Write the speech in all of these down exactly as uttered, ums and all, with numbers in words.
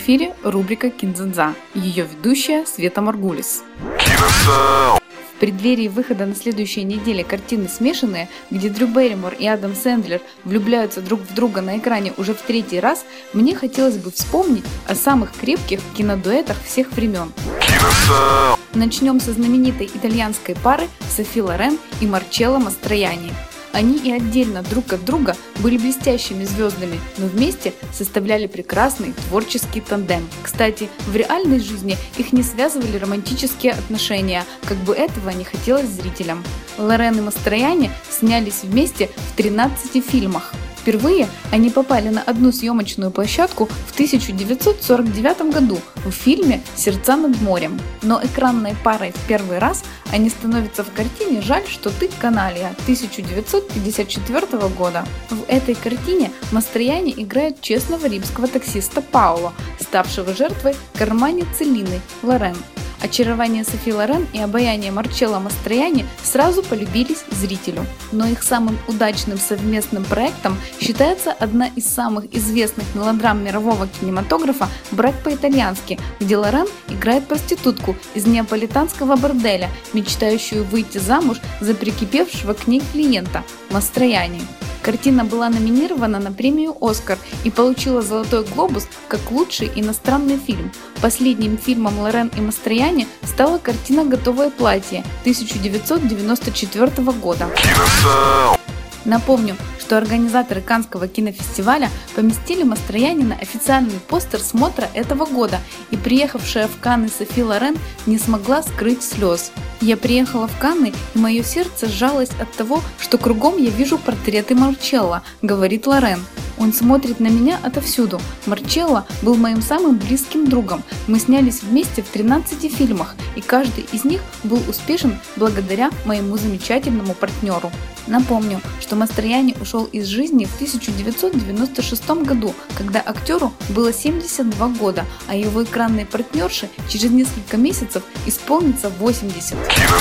эфире рубрика «Киндзадза». Ее ведущая Света Маргулис. В преддверии выхода на следующей неделе картины «Смешанные», где Дрю Берримор и Адам Сэндлер влюбляются друг в друга на экране уже в третий раз, мне хотелось бы вспомнить о самых крепких кинодуэтах всех времен. Начнем со знаменитой итальянской пары Софи Лорен и Марчелло Мастроянни. Они и отдельно друг от друга были блестящими звездами, но вместе составляли прекрасный творческий тандем. Кстати, в реальной жизни их не связывали романтические отношения, как бы этого не хотелось зрителям. Лорен и Мастроянни снялись вместе в тринадцати фильмах. Впервые они попали на одну съемочную площадку в тысяча девятьсот сорок девятом году в фильме «Сердца над морем». Но экранной парой в первый раз они становятся в картине «Жаль, что ты каналья» тысяча девятьсот пятьдесят четвёртого года. В этой картине Мастроянни играет честного римского таксиста Паоло, ставшего жертвой карманницы Лины Лорен. Очарование Софи Лорен и обаяние Марчелло Мастроянни сразу полюбились зрителю. Но их самым удачным совместным проектом считается одна из самых известных мелодрам мирового кинематографа «Брак по-итальянски», где Лорен играет проститутку из неаполитанского борделя, мечтающую выйти замуж за прикипевшего к ней клиента Мастроянни. Картина была номинирована на премию «Оскар» и получила «Золотой глобус» как лучший иностранный фильм. Последним фильмом Лорен и Мастроянни стала картина «Готовое платье» тысяча девятьсот девяносто четвёртого года. Напомню, что организаторы Каннского кинофестиваля поместили Мастроянни на официальный постер смотра этого года, и приехавшая в Канны Софи Лорен не смогла скрыть слез. «Я приехала в Канны, и мое сердце сжалось от того, что кругом я вижу портреты Марчелло», — говорит Лорен. «Он смотрит на меня отовсюду. Марчелло был моим самым близким другом. Мы снялись вместе в тринадцати фильмах, и каждый из них был успешен благодаря моему замечательному партнеру». Напомню, что Мастроянни ушел из жизни в тысяча девятьсот девяносто шестом году, когда актеру было семьдесят два года, а его экранной партнерше через несколько месяцев исполнится восемьдесят.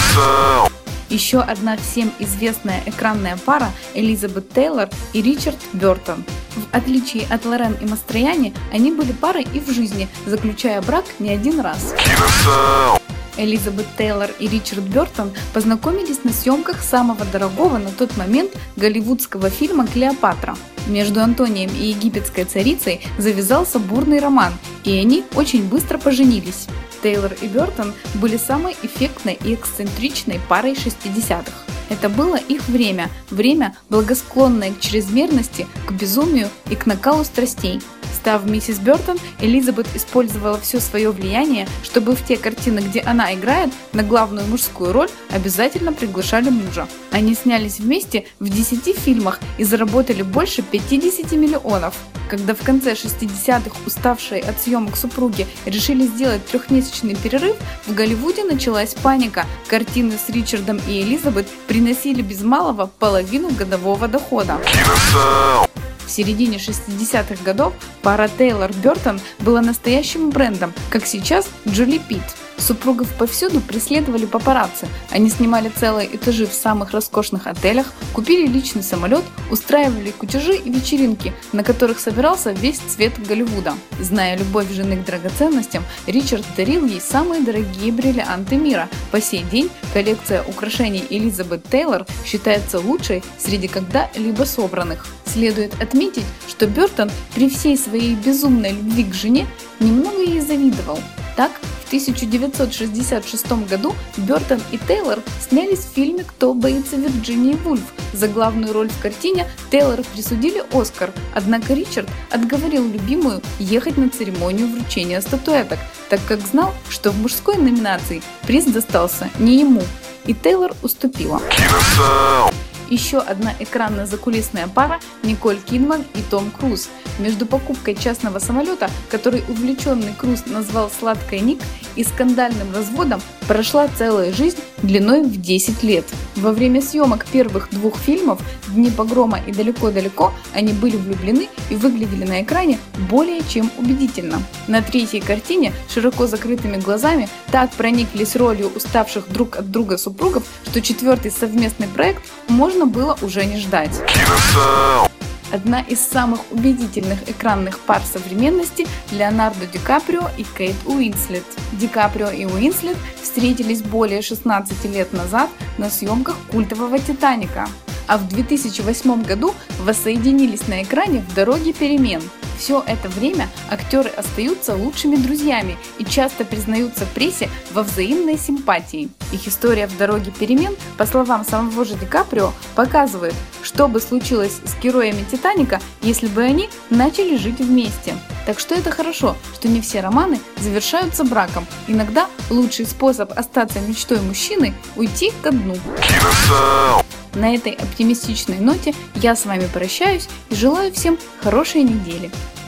Еще одна всем известная экранная пара Элизабет Тейлор и Ричард Бёртон. В отличие от Лорен и Мастроянни, они были парой и в жизни, заключая брак не один раз. Элизабет Тейлор и Ричард Бёртон познакомились на съемках самого дорогого на тот момент голливудского фильма «Клеопатра». Между Антонием и египетской царицей завязался бурный роман, и они очень быстро поженились. Тейлор и Бёртон были самой эффектной и эксцентричной парой шестидесятых. Это было их время, время, благосклонное к чрезмерности, к безумию и к накалу страстей. Став миссис Бёртон, Элизабет использовала все свое влияние, чтобы в те картины, где она играет, на главную мужскую роль обязательно приглашали мужа. Они снялись вместе в десяти фильмах и заработали больше пятидесяти миллионов. Когда в конце шестидесятых уставшие от съемок супруги решили сделать трехмесячный перерыв, в Голливуде началась паника. Картины с Ричардом и Элизабет приносили без малого половину годового дохода. В середине шестидесятых годов пара Тейлор-Бёртон была настоящим брендом, как сейчас Джоли Питт. Супругов повсюду преследовали папарацци. Они снимали целые этажи в самых роскошных отелях, купили личный самолет, устраивали кутежи и вечеринки, на которых собирался весь цвет Голливуда. Зная любовь жены к драгоценностям, Ричард дарил ей самые дорогие бриллианты мира. По сей день коллекция украшений Элизабет Тейлор считается лучшей среди когда-либо собранных. Следует отметить, что Бёртон при всей своей безумной любви к жене немного ей завидовал. Так, в тысяча девятьсот шестьдесят шестом году Бёртон и Тейлор снялись в фильме «Кто боится Вирджинии Вульф». За главную роль в картине Тейлор присудили Оскар, однако Ричард отговорил любимую ехать на церемонию вручения статуэток, так как знал, что в мужской номинации приз достался не ему, и Тейлор уступила. Еще одна экранно-закулисная пара – Николь Кидман и Том Круз. Между покупкой частного самолета, который увлеченный Круз назвал «Сладкой Ник», и скандальным разводом прошла целая жизнь длиной в десять лет. Во время съемок первых двух фильмов «Дни погрома» и «Далеко-далеко» они были влюблены и выглядели на экране более чем убедительно. На третьей картине широко закрытыми глазами так прониклись ролью уставших друг от друга супругов, что четвертый совместный проект можно было уже не ждать. Одна из самых убедительных экранных пар современности – Леонардо Ди Каприо и Кейт Уинслет. Ди Каприо и Уинслет встретились более шестнадцати лет назад на съемках культового «Титаника», а в две тысячи восьмом году воссоединились на экране в «Дороге перемен». Все это время актеры остаются лучшими друзьями и часто признаются прессе во взаимной симпатии. Их история в «Дороге перемен», по словам самого же Ди Каприо, показывает, что бы случилось с героями «Титаника», если бы они начали жить вместе. Так что это хорошо, что не все романы завершаются браком. Иногда лучший способ остаться мечтой мужчины – уйти ко дну. На этой оптимистичной ноте я с вами прощаюсь и желаю всем хорошей недели.